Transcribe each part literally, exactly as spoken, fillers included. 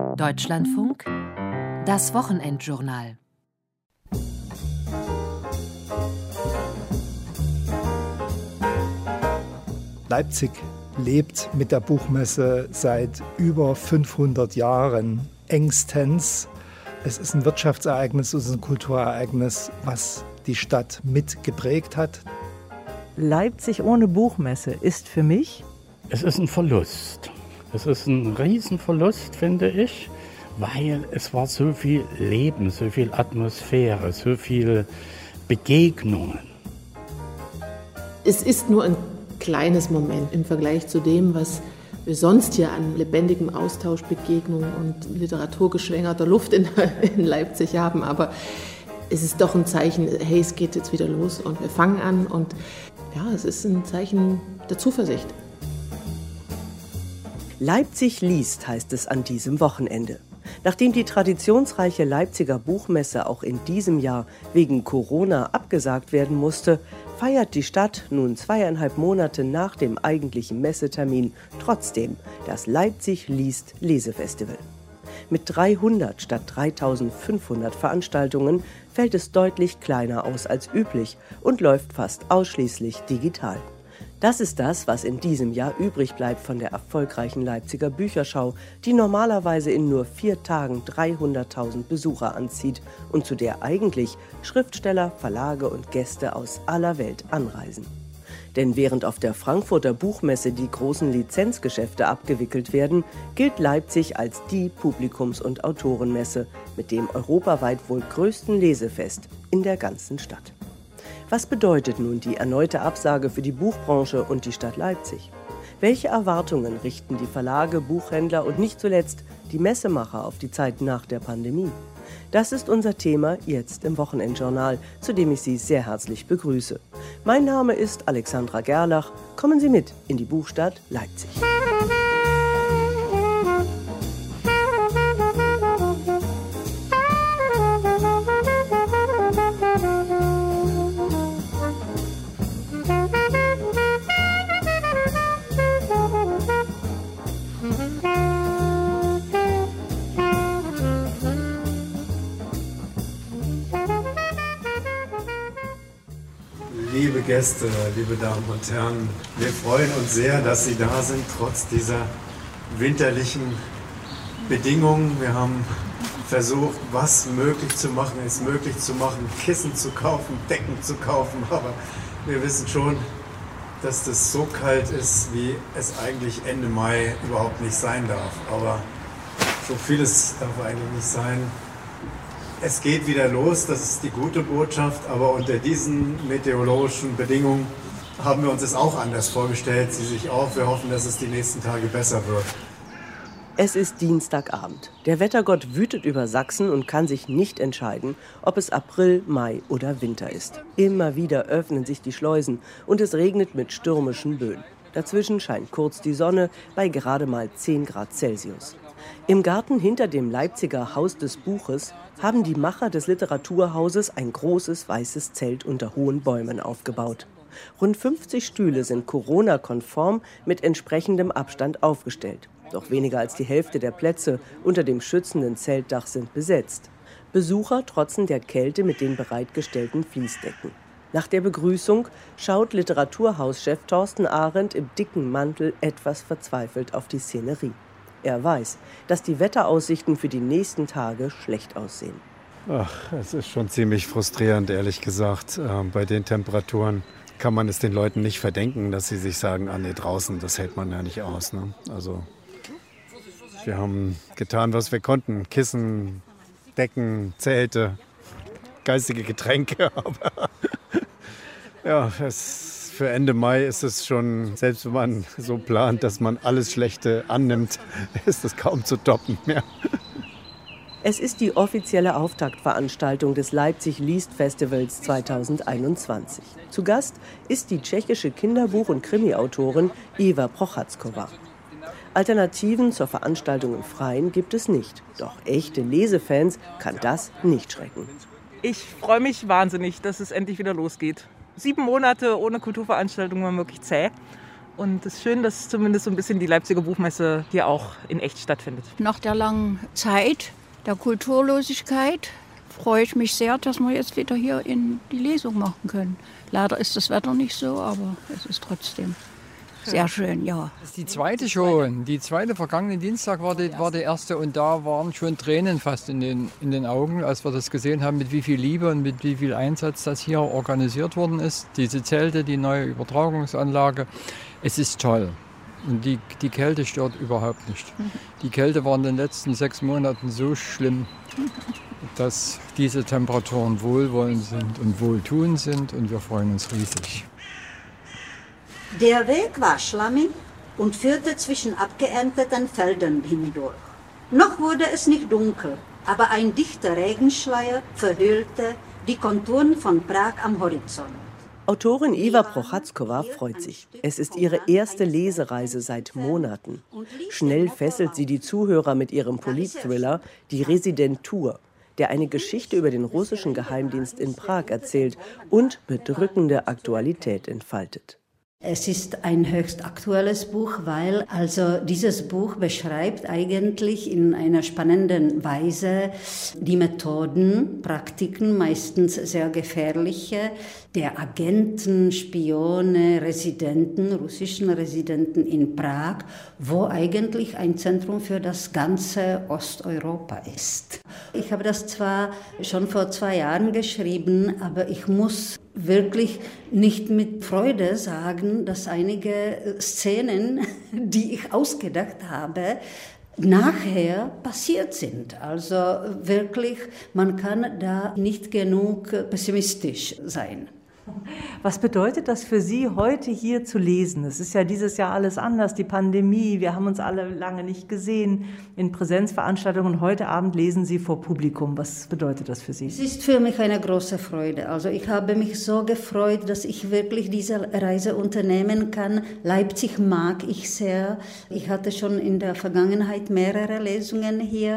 Deutschlandfunk, das Wochenendjournal. Leipzig lebt mit der Buchmesse seit über fünfhundert Jahren engstens. Es ist ein Wirtschaftsereignis, es ist ein Kulturereignis, was die Stadt mitgeprägt hat. Leipzig ohne Buchmesse ist für mich? Es ist ein Verlust. Es ist ein Riesenverlust, finde ich, weil es war so viel Leben, so viel Atmosphäre, so viel Begegnungen. Es ist nur ein kleines Moment im Vergleich zu dem, was wir sonst hier an lebendigem Austausch, Begegnung und literaturgeschwängerter Luft in, in Leipzig haben. Aber es ist doch ein Zeichen, hey, es geht jetzt wieder los und wir fangen an. Und ja, es ist ein Zeichen der Zuversicht. Leipzig liest, heißt es an diesem Wochenende. Nachdem die traditionsreiche Leipziger Buchmesse auch in diesem Jahr wegen Corona abgesagt werden musste, feiert die Stadt nun zweieinhalb Monate nach dem eigentlichen Messetermin trotzdem das Leipzig liest Lesefestival. Mit dreihundert statt dreitausendfünfhundert Veranstaltungen fällt es deutlich kleiner aus als üblich und läuft fast ausschließlich digital. Das ist das, was in diesem Jahr übrig bleibt von der erfolgreichen Leipziger Bücherschau, die normalerweise in nur vier Tagen dreihunderttausend Besucher anzieht und zu der eigentlich Schriftsteller, Verlage und Gäste aus aller Welt anreisen. Denn während auf der Frankfurter Buchmesse die großen Lizenzgeschäfte abgewickelt werden, gilt Leipzig als die Publikums- und Autorenmesse mit dem europaweit wohl größten Lesefest in der ganzen Stadt. Was bedeutet nun die erneute Absage für die Buchbranche und die Stadt Leipzig? Welche Erwartungen richten die Verlage, Buchhändler und nicht zuletzt die Messemacher auf die Zeit nach der Pandemie? Das ist unser Thema jetzt im Wochenendjournal, zu dem ich Sie sehr herzlich begrüße. Mein Name ist Alexandra Gerlach. Kommen Sie mit in die Buchstadt Leipzig. Liebe Gäste, liebe Damen und Herren, wir freuen uns sehr, dass Sie da sind, trotz dieser winterlichen Bedingungen. Wir haben versucht, was möglich zu machen, ist möglich zu machen, Kissen zu kaufen, Decken zu kaufen, aber wir wissen schon, dass das so kalt ist, wie es eigentlich Ende Mai überhaupt nicht sein darf. Aber so vieles darf eigentlich nicht sein. Es geht wieder los, das ist die gute Botschaft, aber unter diesen meteorologischen Bedingungen haben wir uns es auch anders vorgestellt. Sie sich auch. Wir hoffen, dass es die nächsten Tage besser wird. Es ist Dienstagabend. Der Wettergott wütet über Sachsen und kann sich nicht entscheiden, ob es April, Mai oder Winter ist. Immer wieder öffnen sich die Schleusen und es regnet mit stürmischen Böen. Dazwischen scheint kurz die Sonne bei gerade mal zehn Grad Celsius. Im Garten hinter dem Leipziger Haus des Buches haben die Macher des Literaturhauses ein großes weißes Zelt unter hohen Bäumen aufgebaut. Rund fünfzig Stühle sind Corona-konform mit entsprechendem Abstand aufgestellt. Doch weniger als die Hälfte der Plätze unter dem schützenden Zeltdach sind besetzt. Besucher trotzen der Kälte mit den bereitgestellten Fließdecken. Nach der Begrüßung schaut Literaturhauschef Thorsten Arendt im dicken Mantel etwas verzweifelt auf die Szenerie. Er weiß, dass die Wetteraussichten für die nächsten Tage schlecht aussehen. Ach, es ist schon ziemlich frustrierend, ehrlich gesagt. Äh, bei den Temperaturen kann man es den Leuten nicht verdenken, dass sie sich sagen, ah nee, draußen, das hält man ja nicht aus. Ne? Also wir haben getan, was wir konnten. Kissen, Decken, Zelte, geistige Getränke. Aber ja, es für Ende Mai ist es schon, selbst wenn man so plant, dass man alles Schlechte annimmt, ist es kaum zu toppen mehr. Es ist die offizielle Auftaktveranstaltung des Leipzig Liest Festivals zweitausendeinundzwanzig. Zu Gast ist die tschechische Kinderbuch- und Krimi-Autorin Eva Procházková. Alternativen zur Veranstaltung im Freien gibt es nicht. Doch echte Lesefans kann das nicht schrecken. Ich freue mich wahnsinnig, dass es endlich wieder losgeht. Sieben Monate ohne Kulturveranstaltung waren wirklich zäh. Und es ist schön, dass zumindest so ein bisschen die Leipziger Buchmesse hier auch in echt stattfindet. Nach der langen Zeit der Kulturlosigkeit freue ich mich sehr, dass wir jetzt wieder hier in die Lesung machen können. Leider ist das Wetter nicht so, aber es ist trotzdem sehr schön, ja. Das ist die zweite schon. Die zweite, vergangenen Dienstag war die, war die erste und da waren schon Tränen fast in den, in den Augen, als wir das gesehen haben, mit wie viel Liebe und mit wie viel Einsatz das hier organisiert worden ist. Diese Zelte, die neue Übertragungsanlage, es ist toll. Und die, die Kälte stört überhaupt nicht. Die Kälte war in den letzten sechs Monaten so schlimm, dass diese Temperaturen wohlwollend sind und wohltuend sind und wir freuen uns riesig. Der Weg war schlammig und führte zwischen abgeernteten Feldern hindurch. Noch wurde es nicht dunkel, aber ein dichter Regenschleier verhüllte die Konturen von Prag am Horizont. Autorin Eva Procházková freut sich. Es ist ihre erste Lesereise seit Monaten. Schnell fesselt sie die Zuhörer mit ihrem Politthriller Die Residentur, der eine Geschichte über den russischen Geheimdienst in Prag erzählt und bedrückende Aktualität entfaltet. Es ist ein höchst aktuelles Buch, weil also dieses Buch beschreibt eigentlich in einer spannenden Weise die Methoden, Praktiken, meistens sehr gefährliche, der Agenten, Spione, Residenten, russischen Residenten in Prag, wo eigentlich ein Zentrum für das ganze Osteuropa ist. Ich habe das zwar schon vor zwei Jahren geschrieben, aber ich muss wirklich nicht mit Freude sagen, dass einige Szenen, die ich ausgedacht habe, nachher passiert sind. Also wirklich, man kann da nicht genug pessimistisch sein. Was bedeutet das für Sie, heute hier zu lesen? Es ist ja dieses Jahr alles anders, die Pandemie, wir haben uns alle lange nicht gesehen in Präsenzveranstaltungen. Heute Abend lesen Sie vor Publikum. Was bedeutet das für Sie? Es ist für mich eine große Freude. Also ich habe mich so gefreut, dass ich wirklich diese Reise unternehmen kann. Leipzig mag ich sehr. Ich hatte schon in der Vergangenheit mehrere Lesungen hier.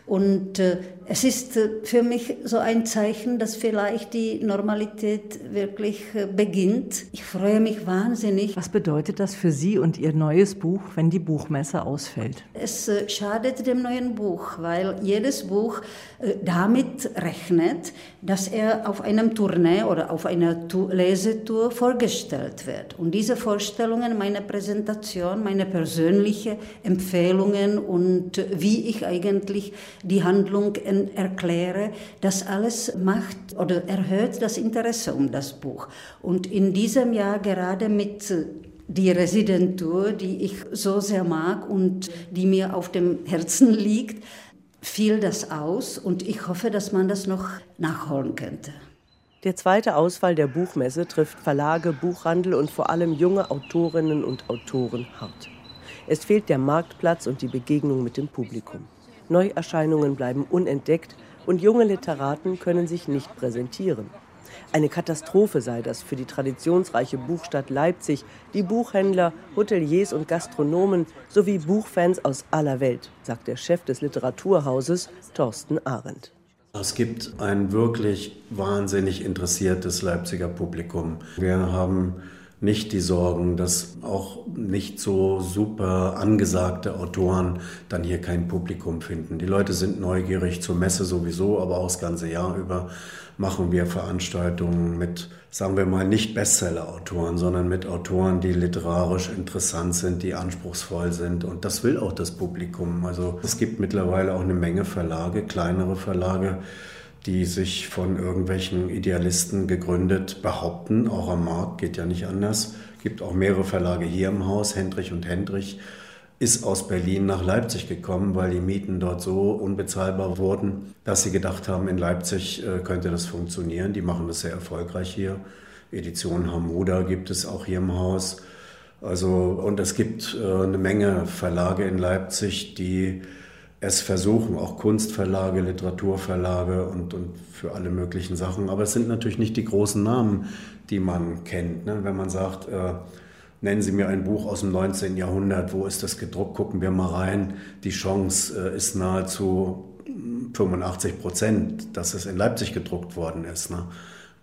Und äh, es ist äh, für mich so ein Zeichen, dass vielleicht die Normalität wirklich äh, beginnt. Ich freue mich wahnsinnig. Was bedeutet das für Sie und Ihr neues Buch, wenn die Buchmesse ausfällt? Es äh, schadet dem neuen Buch, weil jedes Buch äh, damit rechnet, dass er auf einem Tournee oder auf einer tu- Lesetour vorgestellt wird. Und diese Vorstellungen, meine Präsentation, meine persönlichen Empfehlungen und äh, wie ich eigentlich die Handlung erkläre, das alles macht oder erhöht das Interesse um das Buch. Und in diesem Jahr gerade mit die Residentur, die ich so sehr mag und die mir auf dem Herzen liegt, fiel das aus und ich hoffe, dass man das noch nachholen könnte. Der zweite Ausfall der Buchmesse trifft Verlage, Buchhandel und vor allem junge Autorinnen und Autoren hart. Es fehlt der Marktplatz und die Begegnung mit dem Publikum. Neuerscheinungen bleiben unentdeckt und junge Literaten können sich nicht präsentieren. Eine Katastrophe sei das für die traditionsreiche Buchstadt Leipzig, die Buchhändler, Hoteliers und Gastronomen sowie Buchfans aus aller Welt, sagt der Chef des Literaturhauses, Thorsten Arendt. Es gibt ein wirklich wahnsinnig interessiertes Leipziger Publikum. Wir haben nicht die Sorgen, dass auch nicht so super angesagte Autoren dann hier kein Publikum finden. Die Leute sind neugierig, zur Messe sowieso, aber auch das ganze Jahr über machen wir Veranstaltungen mit, sagen wir mal, nicht Bestseller-Autoren, sondern mit Autoren, die literarisch interessant sind, die anspruchsvoll sind. Und das will auch das Publikum. Also es gibt mittlerweile auch eine Menge Verlage, kleinere Verlage, die sich von irgendwelchen Idealisten gegründet behaupten, auch am Markt, geht ja nicht anders. Es gibt auch mehrere Verlage hier im Haus, Hendrich und Hendrich ist aus Berlin nach Leipzig gekommen, weil die Mieten dort so unbezahlbar wurden, dass sie gedacht haben, in Leipzig äh, könnte das funktionieren. Die machen das sehr erfolgreich hier. Edition Hamuda gibt es auch hier im Haus. Also, und es gibt äh, eine Menge Verlage in Leipzig, die es versuchen, auch Kunstverlage, Literaturverlage und, und für alle möglichen Sachen. Aber es sind natürlich nicht die großen Namen, die man kennt. Ne? Wenn man sagt, äh, nennen Sie mir ein Buch aus dem neunzehnten Jahrhundert, wo ist das gedruckt, gucken wir mal rein. Die Chance äh, ist nahezu fünfundachtzig Prozent, dass es in Leipzig gedruckt worden ist. Ne?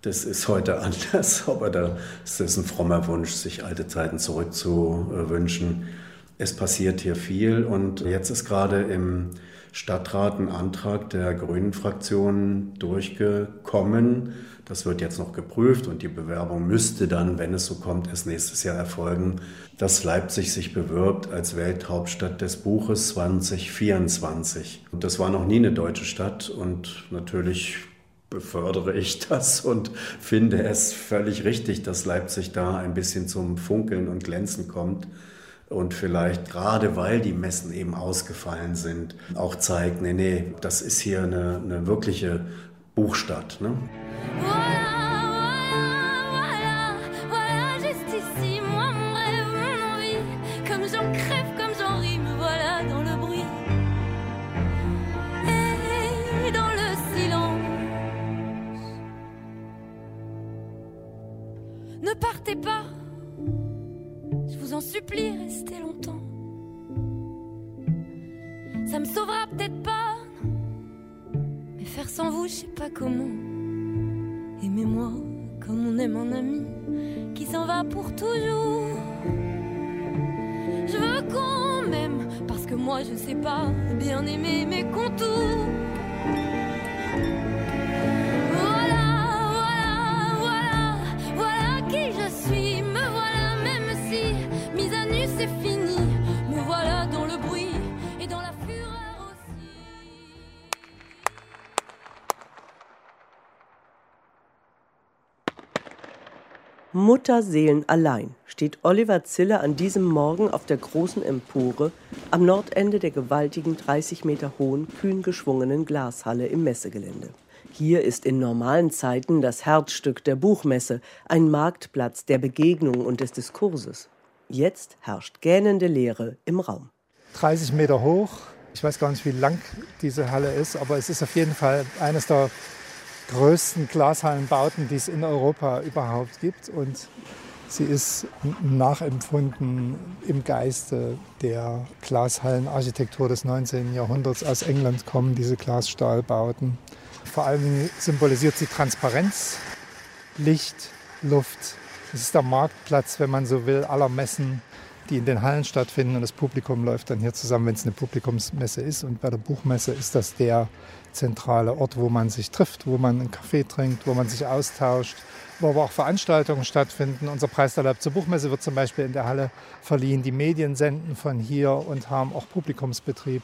Das ist heute anders, aber da ist es ein frommer Wunsch, sich alte Zeiten zurückzuwünschen. Es passiert hier viel und jetzt ist gerade im Stadtrat ein Antrag der Grünen-Fraktion durchgekommen. Das wird jetzt noch geprüft und die Bewerbung müsste dann, wenn es so kommt, erst nächstes Jahr erfolgen, dass Leipzig sich bewirbt als Welthauptstadt des Buches zwanzig vierundzwanzig. Und das war noch nie eine deutsche Stadt und natürlich befördere ich das und finde es völlig richtig, dass Leipzig da ein bisschen zum Funkeln und Glänzen kommt und vielleicht gerade, weil die Messen eben ausgefallen sind, auch zeigt, nee, nee, das ist hier eine, eine wirkliche Buchstadt. Ne? Ne partez pas, je vous en supplie, restez longtemps. Ça me sauvera peut-être pas, mais faire sans vous, je sais pas comment. Aimez-moi comme on aime un ami qui s'en va pour toujours. Je veux qu'on m'aime, parce que moi je sais pas bien aimer mes contours. Mutterseelen allein steht Oliver Zille an diesem Morgen auf der großen Empore am Nordende der gewaltigen dreißig Meter hohen, kühn geschwungenen Glashalle im Messegelände. Hier ist in normalen Zeiten das Herzstück der Buchmesse, ein Marktplatz der Begegnung und des Diskurses. Jetzt herrscht gähnende Leere im Raum. dreißig Meter hoch, ich weiß gar nicht, wie lang diese Halle ist, aber es ist auf jeden Fall eines der größten Glashallenbauten, die es in Europa überhaupt gibt. Und sie ist nachempfunden im Geiste der Glashallenarchitektur des neunzehnten Jahrhunderts. Aus England kommen diese Glasstahlbauten. Vor allem symbolisiert sie Transparenz, Licht, Luft. Es ist der Marktplatz, wenn man so will, aller Messen, die in den Hallen stattfinden. Und das Publikum läuft dann hier zusammen, wenn es eine Publikumsmesse ist. Und bei der Buchmesse ist das der zentrale Ort, wo man sich trifft, wo man einen Kaffee trinkt, wo man sich austauscht, wo aber auch Veranstaltungen stattfinden. Unser Preis der Leipziger Buchmesse wird zum Beispiel in der Halle verliehen. Die Medien senden von hier und haben auch Publikumsbetrieb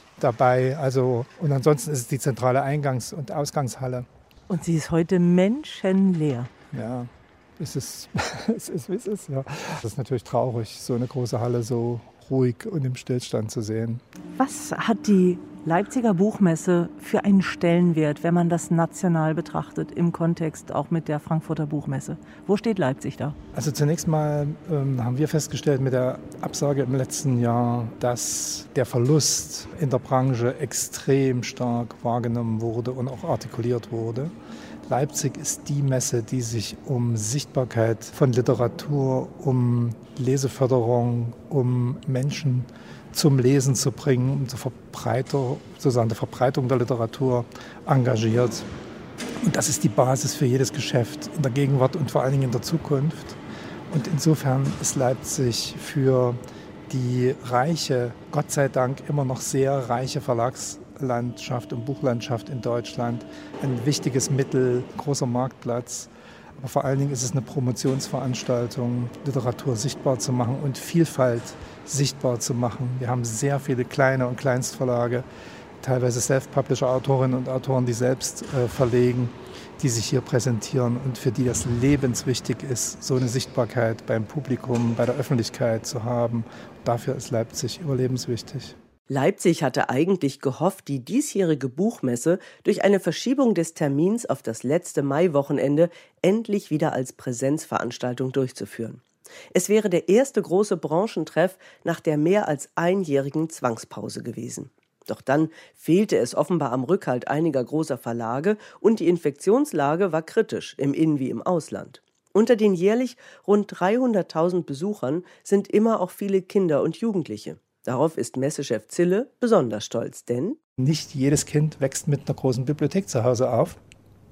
dabei. Also, und ansonsten ist es die zentrale Eingangs- und Ausgangshalle. Und sie ist heute menschenleer. Ja, es ist, es ist, wie es ist. Ja. Das ist natürlich traurig, so eine große Halle so ruhig und im Stillstand zu sehen. Was hat die Leipziger Buchmesse für einen Stellenwert, wenn man das national betrachtet, im Kontext auch mit der Frankfurter Buchmesse? Wo steht Leipzig da? Also zunächst mal ähm, haben wir festgestellt mit der Absage im letzten Jahr, dass der Verlust in der Branche extrem stark wahrgenommen wurde und auch artikuliert wurde. Leipzig ist die Messe, die sich um Sichtbarkeit von Literatur, um Leseförderung, um Menschen zum Lesen zu bringen, um zur Verbreitung, sozusagen der Verbreitung der Literatur engagiert. Und das ist die Basis für jedes Geschäft in der Gegenwart und vor allen Dingen in der Zukunft. Und insofern ist Leipzig für die reiche, Gott sei Dank immer noch sehr reiche Verlagslandschaft und Buchlandschaft in Deutschland ein wichtiges Mittel, großer Marktplatz. Aber vor allen Dingen ist es eine Promotionsveranstaltung, Literatur sichtbar zu machen und Vielfalt sichtbar zu machen. Wir haben sehr viele kleine und Kleinstverlage, teilweise Self-Publisher, Autorinnen und Autoren, die selbst äh, verlegen, die sich hier präsentieren und für die das lebenswichtig ist, so eine Sichtbarkeit beim Publikum, bei der Öffentlichkeit zu haben. Dafür ist Leipzig überlebenswichtig. Leipzig hatte eigentlich gehofft, die diesjährige Buchmesse durch eine Verschiebung des Termins auf das letzte Maiwochenende endlich wieder als Präsenzveranstaltung durchzuführen. Es wäre der erste große Branchentreff nach der mehr als einjährigen Zwangspause gewesen. Doch dann fehlte es offenbar am Rückhalt einiger großer Verlage und die Infektionslage war kritisch, im In- wie im Ausland. Unter den jährlich rund dreihunderttausend Besuchern sind immer auch viele Kinder und Jugendliche. Darauf ist Messechef Zille besonders stolz, denn nicht jedes Kind wächst mit einer großen Bibliothek zu Hause auf.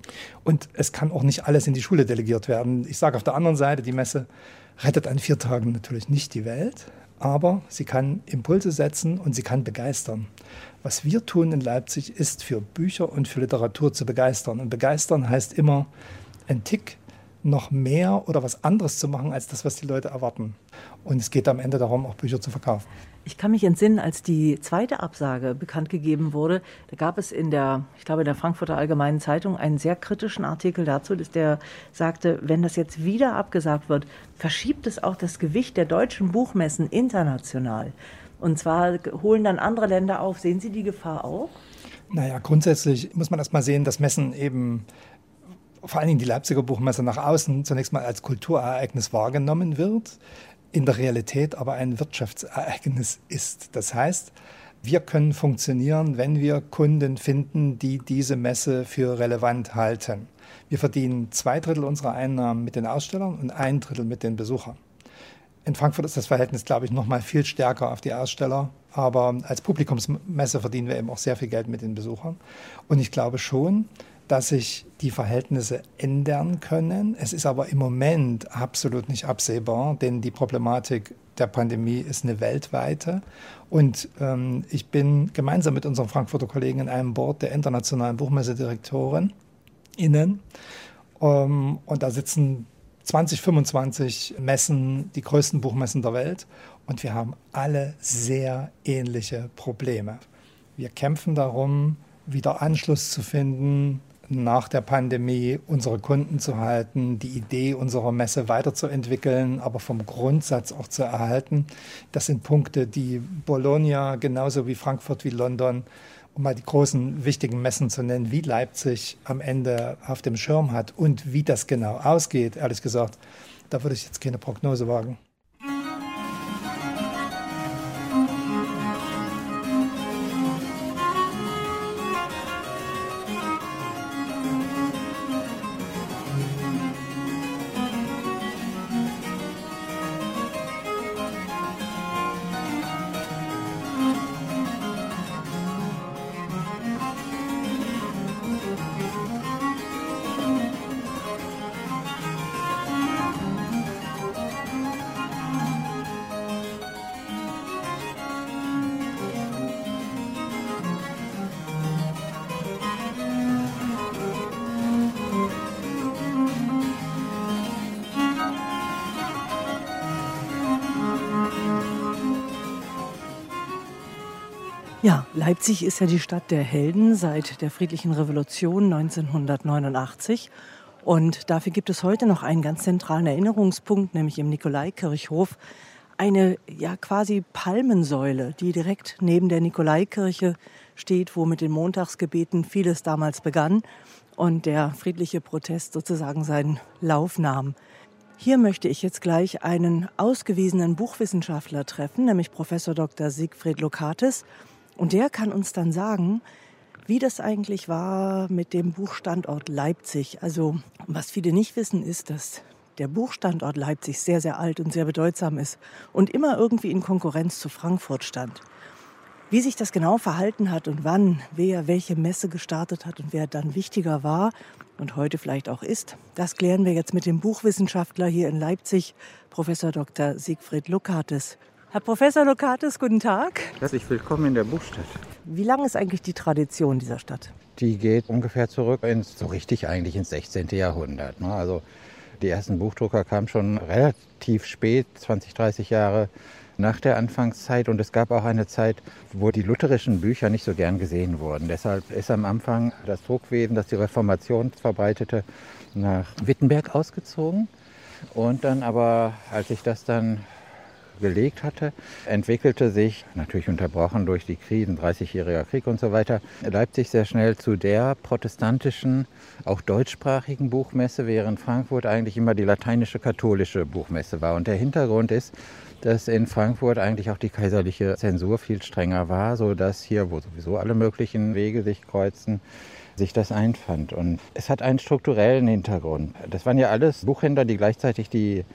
Und es kann auch nicht alles in die Schule delegiert werden. Ich sage auf der anderen Seite, die Messe rettet an vier Tagen natürlich nicht die Welt, aber sie kann Impulse setzen und sie kann begeistern. Was wir tun in Leipzig, ist für Bücher und für Literatur zu begeistern. Und begeistern heißt immer, ein Tick noch mehr oder was anderes zu machen, als das, was die Leute erwarten. Und es geht am Ende darum, auch Bücher zu verkaufen. Ich kann mich entsinnen, als die zweite Absage bekannt gegeben wurde, da gab es in der, ich glaube, in der Frankfurter Allgemeinen Zeitung einen sehr kritischen Artikel dazu, dass der sagte, wenn das jetzt wieder abgesagt wird, verschiebt es auch das Gewicht der deutschen Buchmessen international. Und zwar holen dann andere Länder auf. Sehen Sie die Gefahr auch? Naja, grundsätzlich muss man erst mal sehen, dass Messen eben, vor allen Dingen die Leipziger Buchmesse, nach außen zunächst mal als Kulturereignis wahrgenommen wird, in der Realität aber ein Wirtschaftsereignis ist. Das heißt, wir können funktionieren, wenn wir Kunden finden, die diese Messe für relevant halten. Wir verdienen zwei Drittel unserer Einnahmen mit den Ausstellern und ein Drittel mit den Besuchern. In Frankfurt ist das Verhältnis, glaube ich, noch mal viel stärker auf die Aussteller. Aber als Publikumsmesse verdienen wir eben auch sehr viel Geld mit den Besuchern. Und ich glaube schon, dass sich die Verhältnisse ändern können. Es ist aber im Moment absolut nicht absehbar, denn die Problematik der Pandemie ist eine weltweite. Und ähm, ich bin gemeinsam mit unseren Frankfurter Kollegen in einem Board der internationalen Buchmessedirektoren innen. Ähm, und da sitzen zwanzig, fünfundzwanzig Messen, die größten Buchmessen der Welt. Und wir haben alle sehr ähnliche Probleme. Wir kämpfen darum, wieder Anschluss zu finden, nach der Pandemie unsere Kunden zu halten, die Idee unserer Messe weiterzuentwickeln, aber vom Grundsatz auch zu erhalten. Das sind Punkte, die Bologna genauso wie Frankfurt, wie London, um mal die großen wichtigen Messen zu nennen, wie Leipzig am Ende auf dem Schirm hat und wie das genau ausgeht, ehrlich gesagt, da würde ich jetzt keine Prognose wagen. Ja, Leipzig ist ja die Stadt der Helden seit der Friedlichen Revolution neunzehnhundertneunundachtzig. Und dafür gibt es heute noch einen ganz zentralen Erinnerungspunkt, nämlich im Nikolaikirchhof. Eine ja quasi Palmensäule, die direkt neben der Nikolaikirche steht, wo mit den Montagsgebeten vieles damals begann und der friedliche Protest sozusagen seinen Lauf nahm. Hier möchte ich jetzt gleich einen ausgewiesenen Buchwissenschaftler treffen, nämlich Professor Doktor Siegfried Lokates. Und der kann uns dann sagen, wie das eigentlich war mit dem Buchstandort Leipzig. Also was viele nicht wissen, ist, dass der Buchstandort Leipzig sehr, sehr alt und sehr bedeutsam ist und immer irgendwie in Konkurrenz zu Frankfurt stand. Wie sich das genau verhalten hat und wann, wer welche Messe gestartet hat und wer dann wichtiger war und heute vielleicht auch ist, das klären wir jetzt mit dem Buchwissenschaftler hier in Leipzig, Professor Doktor Siegfried Lokates. Herr Professor Lokates, guten Tag. Herzlich willkommen in der Buchstadt. Wie lang ist eigentlich die Tradition dieser Stadt? Die geht ungefähr zurück ins, so richtig eigentlich ins sechzehnten Jahrhundert. Ne? Also die ersten Buchdrucker kamen schon relativ spät, zwanzig, dreißig Jahre nach der Anfangszeit. Und es gab auch eine Zeit, wo die lutherischen Bücher nicht so gern gesehen wurden. Deshalb ist am Anfang das Druckwesen, das die Reformation verbreitete, nach Wittenberg ausgezogen. Und dann aber, als sich das dann gelegt hatte, entwickelte sich, natürlich unterbrochen durch die Krisen, dreißigjähriger Krieg und so weiter, Leipzig sehr schnell zu der protestantischen, auch deutschsprachigen Buchmesse, während Frankfurt eigentlich immer die lateinische katholische Buchmesse war. Und der Hintergrund ist, dass in Frankfurt eigentlich auch die kaiserliche Zensur viel strenger war, sodass hier, wo sowieso alle möglichen Wege sich kreuzen, sich das einfand. Und es hat einen strukturellen Hintergrund. Das waren ja alles Buchhändler, die gleichzeitig die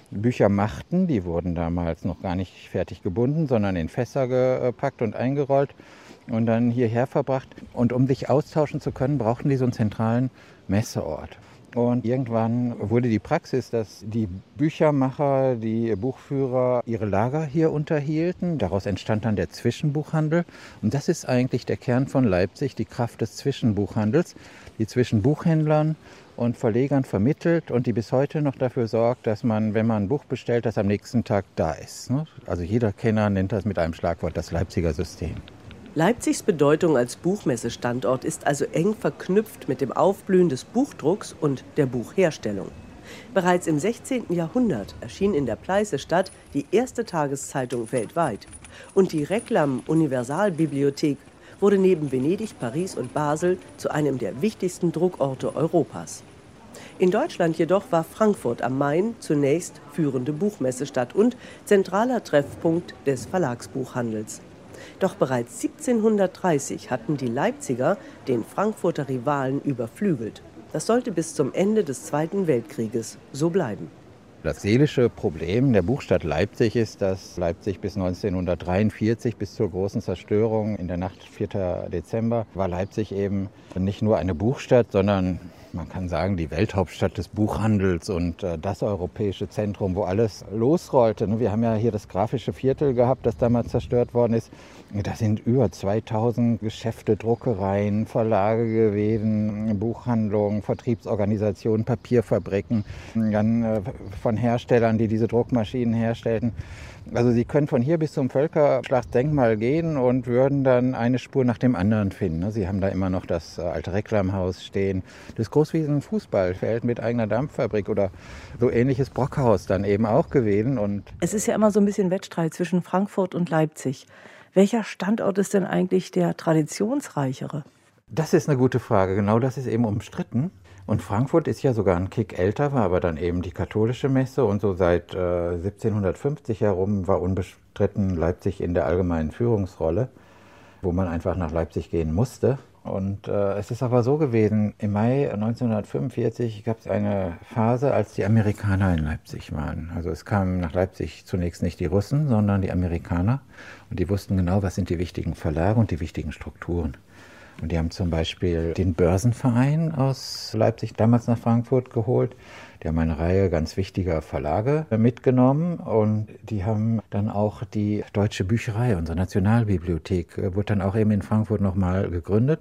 Bücher machten. Die wurden damals noch gar nicht fertig gebunden, sondern in Fässer gepackt und eingerollt und dann hierher verbracht. Und um sich austauschen zu können, brauchten die so einen zentralen Messeort. Und irgendwann wurde die Praxis, dass die Büchermacher, die Buchführer ihre Lager hier unterhielten. Daraus entstand dann der Zwischenbuchhandel. Und das ist eigentlich der Kern von Leipzig, die Kraft des Zwischenbuchhandels, die zwischen Buchhändlern und Verlegern vermittelt und die bis heute noch dafür sorgt, dass man, wenn man ein Buch bestellt, das am nächsten Tag da ist. Also jeder Kenner nennt das mit einem Schlagwort das Leipziger System. Leipzigs Bedeutung als Buchmessestandort ist also eng verknüpft mit dem Aufblühen des Buchdrucks und der Buchherstellung. Bereits im sechzehnten Jahrhundert erschien in der Pleißestadt die erste Tageszeitung weltweit. Und die Reclam Universalbibliothek wurde neben Venedig, Paris und Basel zu einem der wichtigsten Druckorte Europas. In Deutschland jedoch war Frankfurt am Main zunächst führende Buchmessestadt und zentraler Treffpunkt des Verlagsbuchhandels. Doch bereits siebzehnhundertdreißig hatten die Leipziger den Frankfurter Rivalen überflügelt. Das sollte bis zum Ende des Zweiten Weltkrieges so bleiben. Das seelische Problem der Buchstadt Leipzig ist, dass Leipzig bis neunzehnhundertdreiundvierzig, bis zur großen Zerstörung in der Nacht vierten Dezember, war Leipzig eben nicht nur eine Buchstadt, sondern man kann sagen, die Welthauptstadt des Buchhandels und äh, das europäische Zentrum, wo alles losrollte. Wir haben ja hier das grafische Viertel gehabt, das damals zerstört worden ist. Da sind über zweitausend Geschäfte, Druckereien, Verlage gewesen, Buchhandlungen, Vertriebsorganisationen, Papierfabriken, dann äh, von Herstellern, die diese Druckmaschinen herstellten. Also Sie können von hier bis zum Völkerschlachtdenkmal gehen und würden dann eine Spur nach dem anderen finden. Sie haben da immer noch das alte Reklamhaus stehen, das groß wie ein Fußballfeld mit eigener Dampffabrik oder so ähnliches Brockhaus dann eben auch gewesen. Und es ist ja immer so ein bisschen Wettstreit zwischen Frankfurt und Leipzig. Welcher Standort ist denn eigentlich der traditionsreichere? Das ist eine gute Frage. Genau das ist eben umstritten. Und Frankfurt ist ja sogar ein Kick älter, war aber dann eben die katholische Messe. Und so seit äh, siebzehnhundertfünfzig herum war unbestritten Leipzig in der allgemeinen Führungsrolle, wo man einfach nach Leipzig gehen musste. Und äh, es ist aber so gewesen, im Mai neunzehnhundertfünfundvierzig gab es eine Phase, als die Amerikaner in Leipzig waren. Also es kamen nach Leipzig zunächst nicht die Russen, sondern die Amerikaner. Und die wussten genau, was sind die wichtigen Verlage und die wichtigen Strukturen. Und die haben zum Beispiel den Börsenverein aus Leipzig damals nach Frankfurt geholt. Die haben eine Reihe ganz wichtiger Verlage mitgenommen und die haben dann auch die Deutsche Bücherei, unsere Nationalbibliothek, wurde dann auch eben in Frankfurt nochmal gegründet.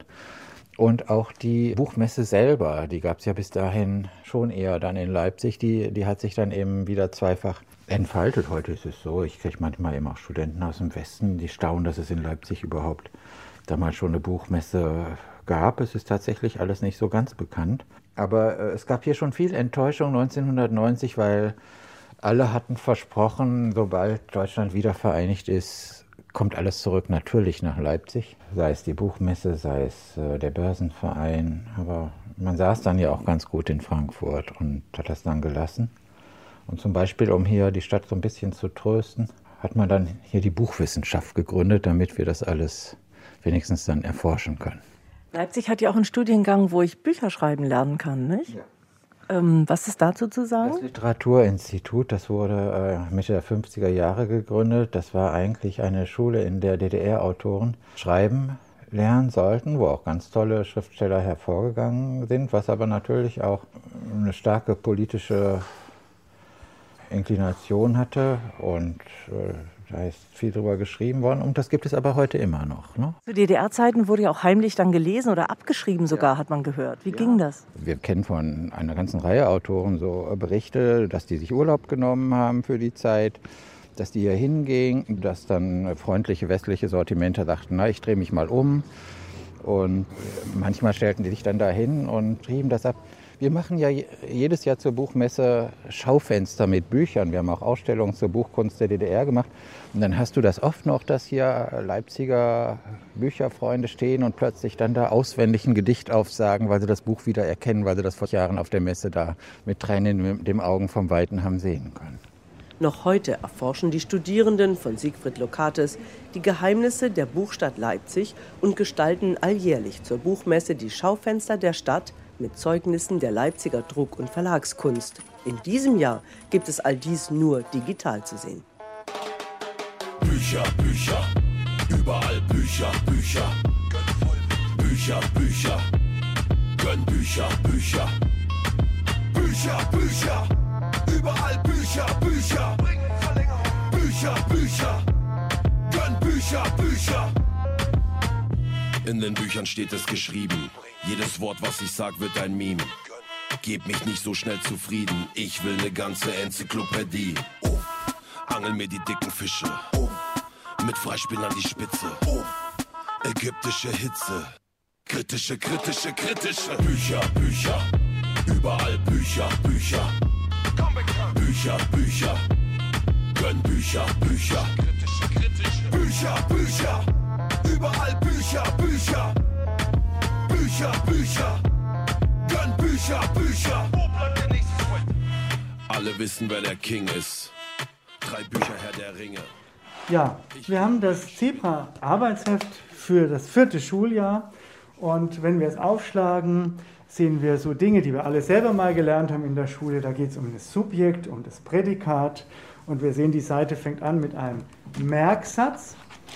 Und auch die Buchmesse selber, die gab es ja bis dahin schon eher dann in Leipzig, die, die hat sich dann eben wieder zweifach entfaltet. Heute ist es so, ich kriege manchmal eben auch Studenten aus dem Westen, die staunen, dass es in Leipzig überhaupt damals schon eine Buchmesse gab. Es ist tatsächlich alles nicht so ganz bekannt. Aber äh, es gab hier schon viel Enttäuschung neunzehnhundertneunzig, weil alle hatten versprochen, sobald Deutschland wieder vereinigt ist, kommt alles zurück natürlich nach Leipzig. Sei es die Buchmesse, sei es äh, der Börsenverein. Aber man saß dann ja auch ganz gut in Frankfurt und hat das dann gelassen. Und zum Beispiel, um hier die Stadt so ein bisschen zu trösten, hat man dann hier die Buchwissenschaft gegründet, damit wir das alles wenigstens dann erforschen können. Leipzig hat ja auch einen Studiengang, wo ich Bücher schreiben lernen kann, nicht? Ja. Ähm, was ist dazu zu sagen? Das Literaturinstitut, das wurde äh, Mitte der fünfziger Jahre gegründet. Das war eigentlich eine Schule, in der D D R-Autoren schreiben lernen sollten, wo auch ganz tolle Schriftsteller hervorgegangen sind, was aber natürlich auch eine starke politische Inklination hatte und äh, da ist viel drüber geschrieben worden und das gibt es aber heute immer noch. Ne? Zu D D R-Zeiten wurde ja auch heimlich dann gelesen oder abgeschrieben sogar, ja. Hat man gehört. Wie ja. ging das? Wir kennen von einer ganzen Reihe Autoren so Berichte, dass die sich Urlaub genommen haben für die Zeit, dass die hier hingingen, dass dann freundliche westliche Sortimenter sagten, na, ich drehe mich mal um. Und manchmal stellten die sich dann da hin und trieben das ab. Wir machen ja jedes Jahr zur Buchmesse Schaufenster mit Büchern. Wir haben auch Ausstellungen zur Buchkunst der D D R gemacht. Und dann hast du das oft noch, dass hier Leipziger Bücherfreunde stehen und plötzlich dann da auswendig ein Gedicht aufsagen, weil sie das Buch wieder erkennen, weil sie das vor Jahren auf der Messe da mit Tränen in den Augen vom Weiten haben sehen können. Noch heute erforschen die Studierenden von Siegfried Lokates die Geheimnisse der Buchstadt Leipzig und gestalten alljährlich zur Buchmesse die Schaufenster der Stadt mit Zeugnissen der Leipziger Druck- und Verlagskunst. In diesem Jahr gibt es all dies nur digital zu sehen. Bücher, Bücher, überall Bücher, Bücher. Bücher, Bücher, gönn Bücher, Bücher. Bücher, Bücher, überall Bücher, Bücher. Bücher, Bücher, gönn Bücher, Bücher. In den Büchern steht es geschrieben. Jedes Wort, was ich sag, wird ein Meme. Geb mich nicht so schnell zufrieden. Ich will ne ganze Enzyklopädie. Oh, angel mir die dicken Fische. Oh, mit Freispiel an die Spitze. Oh, ägyptische Hitze. Kritische, kritische, kritische. Bücher, Bücher. Überall Bücher, Bücher. Bücher, Bücher. Gönn Bücher, Bücher. Bücher, Bücher. Überall Bücher, Bücher. Bücher, Bücher. Gönn Bücher, Bücher. Wo bleibt der nächste Sweat? Alle wissen, wer der King ist. Drei Bücher, Herr der Ringe. Ja, wir haben das Zebra-Arbeitsheft für das vierte Schuljahr. Und wenn wir es aufschlagen, sehen wir so Dinge, die wir alle selber mal gelernt haben in der Schule. Da geht es um das Subjekt, um das Prädikat. Und wir sehen, die Seite fängt an mit einem Merksatz.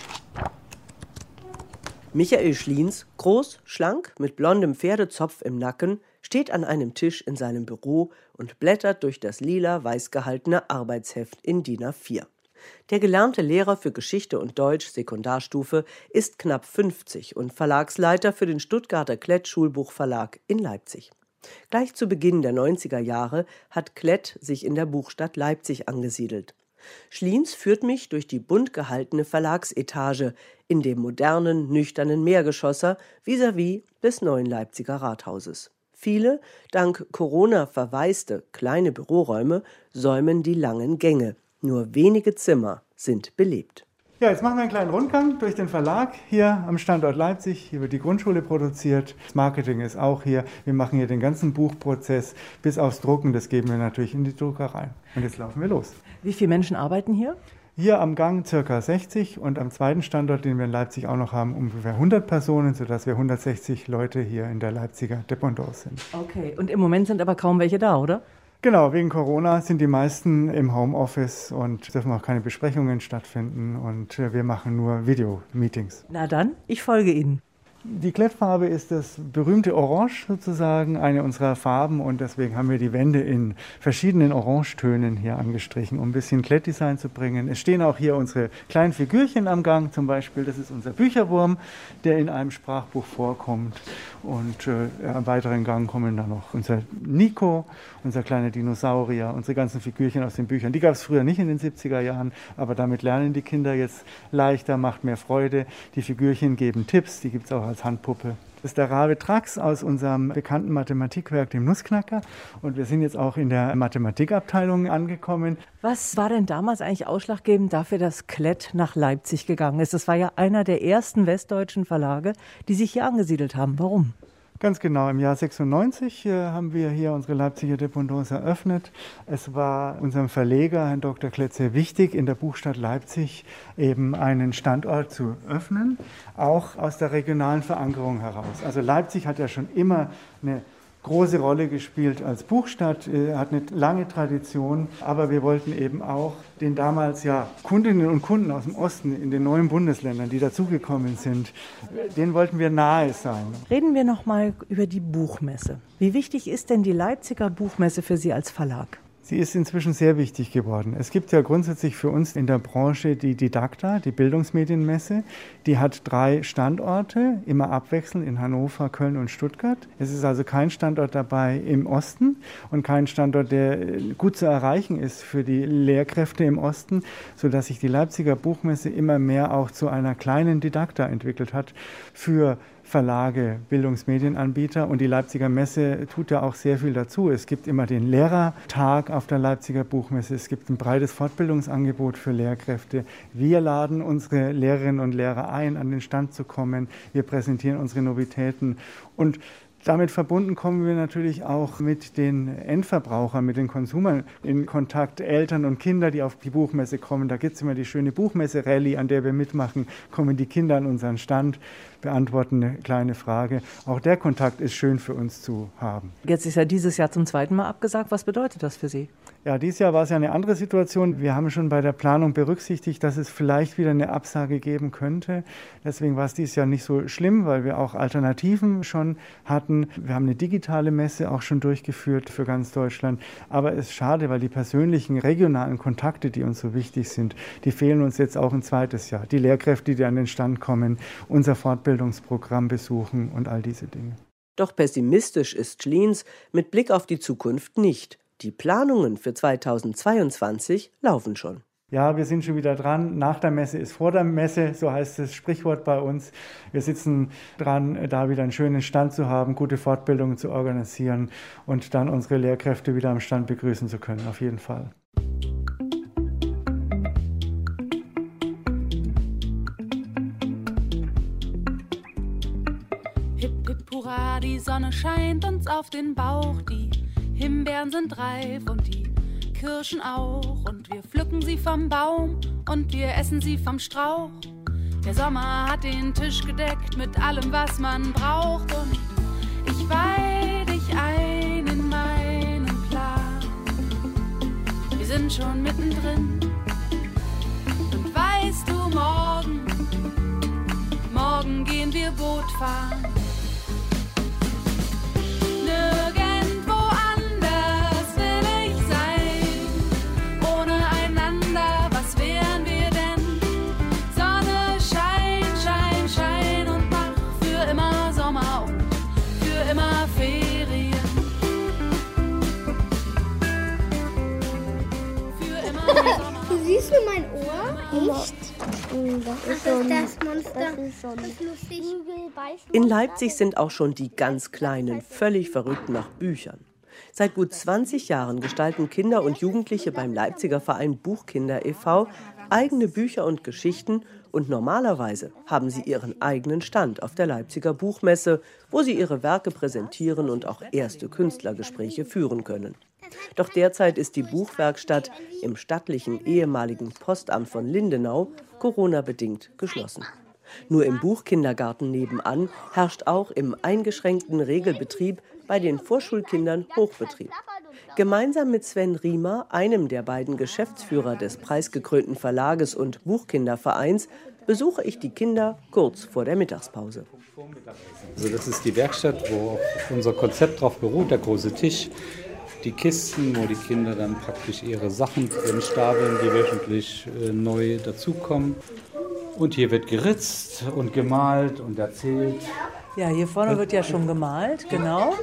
Michael Schliens, groß, schlank, mit blondem Pferdezopf im Nacken, steht an einem Tisch in seinem Büro und blättert durch das lila-weiß gehaltene Arbeitsheft in D I N A vier. Der gelernte Lehrer für Geschichte und Deutsch Sekundarstufe ist knapp fünfzig und Verlagsleiter für den Stuttgarter Klett Schulbuchverlag in Leipzig. Gleich zu Beginn der neunziger Jahre hat Klett sich in der Buchstadt Leipzig angesiedelt. Schliens führt mich durch die bunt gehaltene Verlagsetage in dem modernen, nüchternen Mehrgeschosser vis-à-vis des neuen Leipziger Rathauses. Viele, dank Corona verwaiste, kleine Büroräume säumen die langen Gänge. Nur wenige Zimmer sind belebt. Ja, jetzt machen wir einen kleinen Rundgang durch den Verlag hier am Standort Leipzig. Hier wird die Grundschule produziert. Das Marketing ist auch hier. Wir machen hier den ganzen Buchprozess bis aufs Drucken. Das geben wir natürlich in die Druckerei. Und jetzt laufen wir los. Wie viele Menschen arbeiten hier? Hier am Gang ca. sechzig und am zweiten Standort, den wir in Leipzig auch noch haben, ungefähr hundert Personen, sodass wir hundertsechzig Leute hier in der Leipziger Dependance sind. Okay, und im Moment sind aber kaum welche da, oder? Genau, wegen Corona sind die meisten im Homeoffice und dürfen auch keine Besprechungen stattfinden und wir machen nur Video-Meetings. Na dann, ich folge Ihnen. Die Klettfarbe ist das berühmte Orange sozusagen, eine unserer Farben und deswegen haben wir die Wände in verschiedenen Orangetönen hier angestrichen, um ein bisschen Klettdesign zu bringen. Es stehen auch hier unsere kleinen Figürchen am Gang zum Beispiel. Das ist unser Bücherwurm, der in einem Sprachbuch vorkommt. Und äh, am weiteren Gang kommen dann noch unser Nico, unser kleiner Dinosaurier, unsere ganzen Figürchen aus den Büchern. Die gab es früher nicht in den siebziger Jahren, aber damit lernen die Kinder jetzt leichter, macht mehr Freude. Die Figürchen geben Tipps, die gibt es auch als Handpuppe. Das ist der Rabe Trax aus unserem bekannten Mathematikwerk, dem Nussknacker. Und wir sind jetzt auch in der Mathematikabteilung angekommen. Was war denn damals eigentlich ausschlaggebend dafür, dass Klett nach Leipzig gegangen ist? Das war ja einer der ersten westdeutschen Verlage, die sich hier angesiedelt haben. Warum? Ganz genau, im Jahr sechsundneunzig äh, haben wir hier unsere Leipziger Dependance eröffnet. Es war unserem Verleger, Herrn Doktor Klett, sehr wichtig, in der Buchstadt Leipzig eben einen Standort zu öffnen, auch aus der regionalen Verankerung heraus. Also Leipzig hat ja schon immer eine große Rolle gespielt als Buchstadt, äh, hat eine lange Tradition, aber wir wollten eben auch den damals ja Kundinnen und Kunden aus dem Osten in den neuen Bundesländern, die dazugekommen sind, denen wollten wir nahe sein. Reden wir noch mal über die Buchmesse. Wie wichtig ist denn die Leipziger Buchmesse für Sie als Verlag? Sie ist inzwischen sehr wichtig geworden. Es gibt ja grundsätzlich für uns in der Branche die Didakta, die Bildungsmedienmesse. Die hat drei Standorte, immer abwechselnd in Hannover, Köln und Stuttgart. Es ist also kein Standort dabei im Osten und kein Standort, der gut zu erreichen ist für die Lehrkräfte im Osten, sodass sich die Leipziger Buchmesse immer mehr auch zu einer kleinen Didakta entwickelt hat für Verlage, Bildungsmedienanbieter, und die Leipziger Messe tut ja auch sehr viel dazu. Es gibt immer den Lehrertag auf der Leipziger Buchmesse, es gibt ein breites Fortbildungsangebot für Lehrkräfte. Wir laden unsere Lehrerinnen und Lehrer ein, an den Stand zu kommen. Wir präsentieren unsere Novitäten und Damit verbunden kommen wir natürlich auch mit den Endverbrauchern, mit den Konsumern in Kontakt, Eltern und Kinder, die auf die Buchmesse kommen. Da gibt es immer die schöne Buchmesse-Rallye, an der wir mitmachen, kommen die Kinder an unseren Stand, beantworten eine kleine Frage. Auch der Kontakt ist schön für uns zu haben. Jetzt ist ja dieses Jahr zum zweiten Mal abgesagt. Was bedeutet das für Sie? Ja, dieses Jahr war es ja eine andere Situation. Wir haben schon bei der Planung berücksichtigt, dass es vielleicht wieder eine Absage geben könnte. Deswegen war es dieses Jahr nicht so schlimm, weil wir auch Alternativen schon hatten. Wir haben eine digitale Messe auch schon durchgeführt für ganz Deutschland. Aber es ist schade, weil die persönlichen, regionalen Kontakte, die uns so wichtig sind, die fehlen uns jetzt auch ein zweites Jahr. Die Lehrkräfte, die an den Stand kommen, unser Fortbildungsprogramm besuchen und all diese Dinge. Doch pessimistisch ist Schliens mit Blick auf die Zukunft nicht. Die Planungen für zweitausendzweiundzwanzig laufen schon. Ja, wir sind schon wieder dran. Nach der Messe ist vor der Messe, so heißt das Sprichwort bei uns. Wir sitzen dran, da wieder einen schönen Stand zu haben, gute Fortbildungen zu organisieren und dann unsere Lehrkräfte wieder am Stand begrüßen zu können, auf jeden Fall. Hip, hip, hurra, die Sonne scheint uns auf den Bauch, die Himbeeren sind reif und die Kirschen auch und wir pflücken sie vom Baum und wir essen sie vom Strauch. Der Sommer hat den Tisch gedeckt mit allem, was man braucht und ich weih dich ein in meinen Plan. Wir sind schon mittendrin und weißt du, morgen, morgen gehen wir Boot fahren. Nirgendwo anders will ich sein, ohne einander, was wären wir denn? Sonne, schein, schein, schein und mach für immer Sommer und für immer Ferien. Für immer Sommer. Du siehst nur mein Ohr? Echt? Das ist, Ach, das, ist das Monster. Das ist schon das ist lustig. In Leipzig sind auch schon die ganz Kleinen völlig verrückt nach Büchern. Seit gut zwanzig Jahren gestalten Kinder und Jugendliche beim Leipziger Verein Buchkinder e V eigene Bücher und Geschichten und normalerweise haben sie ihren eigenen Stand auf der Leipziger Buchmesse, wo sie ihre Werke präsentieren und auch erste Künstlergespräche führen können. Doch derzeit ist die Buchwerkstatt im stattlichen ehemaligen Postamt von Lindenau Corona-bedingt geschlossen. Nur im Buchkindergarten nebenan herrscht auch im eingeschränkten Regelbetrieb bei den Vorschulkindern Hochbetrieb. Gemeinsam mit Sven Riemer, einem der beiden Geschäftsführer des preisgekrönten Verlages und Buchkindervereins, besuche ich die Kinder kurz vor der Mittagspause. Also das ist die Werkstatt, wo unser Konzept drauf beruht, der große Tisch. Die Kisten, wo die Kinder dann praktisch ihre Sachen drin stapeln, die wöchentlich äh, neu dazukommen. Und hier wird geritzt und gemalt und erzählt. Ja, hier vorne wird ja schon gemalt, genau.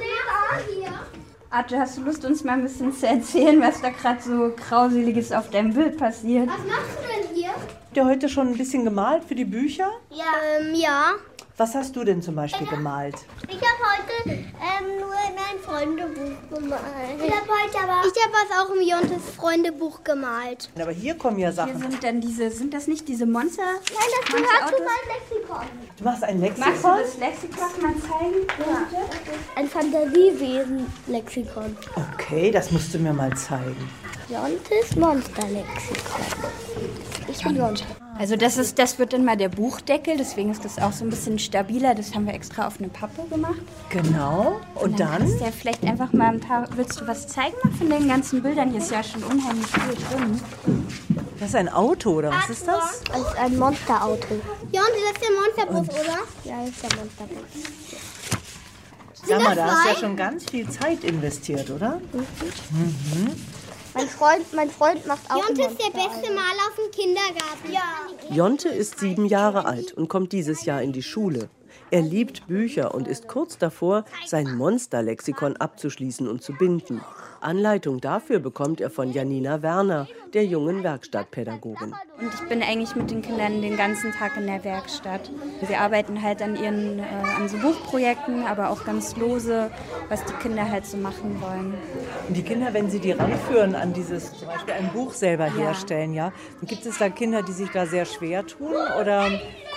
Arthur, hast du Lust, uns mal ein bisschen zu erzählen, was da gerade so Grauseliges auf deinem Bild passiert? Was machst du denn hier? Habt ihr heute schon ein bisschen gemalt für die Bücher? Ja. Ähm, ja. Was hast du denn zum Beispiel gemalt? Ich habe heute ähm, nur in ein Freundebuch gemalt. Ich habe heute aber ich habe was auch im Jontes Freundebuch gemalt. Aber hier kommen ja Sachen. Hier sind dann diese, sind das nicht diese Monster? Nein, das gehört zu meinem Lexikon. Du machst ein Lexikon? Magst du das Lexikon mal zeigen? Ja. Ein Fantasiewesen-Lexikon. Okay, das musst du mir mal zeigen. Jontes Monster-Lexikon. Ich bin Jonte. Also das ist, das wird dann mal der Buchdeckel, deswegen ist das auch so ein bisschen stabiler. Das haben wir extra auf eine Pappe gemacht. Genau. Und, Und dann? dann? Kannst du ja vielleicht einfach mal ein paar. Willst du was zeigen mal von den ganzen Bildern? Hier ist ja schon unheimlich viel drin. Das ist ein Auto, oder was ist das? Das ist ein Monsterauto. Ja, und das ist der Monsterbus, Und? oder? Ja, das ist der Monsterbus. Sag mal, da hast du ja schon ganz viel Zeit investiert, oder? Mhm. Mhm. Mein Freund, mein Freund macht auch Jonte ist der beste Maler aus dem Kindergarten. Ja. Jonte ist sieben Jahre alt und kommt dieses Jahr in die Schule. Er liebt Bücher und ist kurz davor, sein Monsterlexikon abzuschließen und zu binden. Anleitung dafür bekommt er von Janina Werner, der jungen Werkstattpädagogin. Und ich bin eigentlich mit den Kindern den ganzen Tag in der Werkstatt. Wir arbeiten halt an ihren äh, an so Buchprojekten, aber auch ganz lose, was die Kinder halt so machen wollen. Und die Kinder, wenn sie die ranführen an dieses, zum Beispiel ein Buch selber herstellen, ja, ja gibt es da Kinder, die sich da sehr schwer tun oder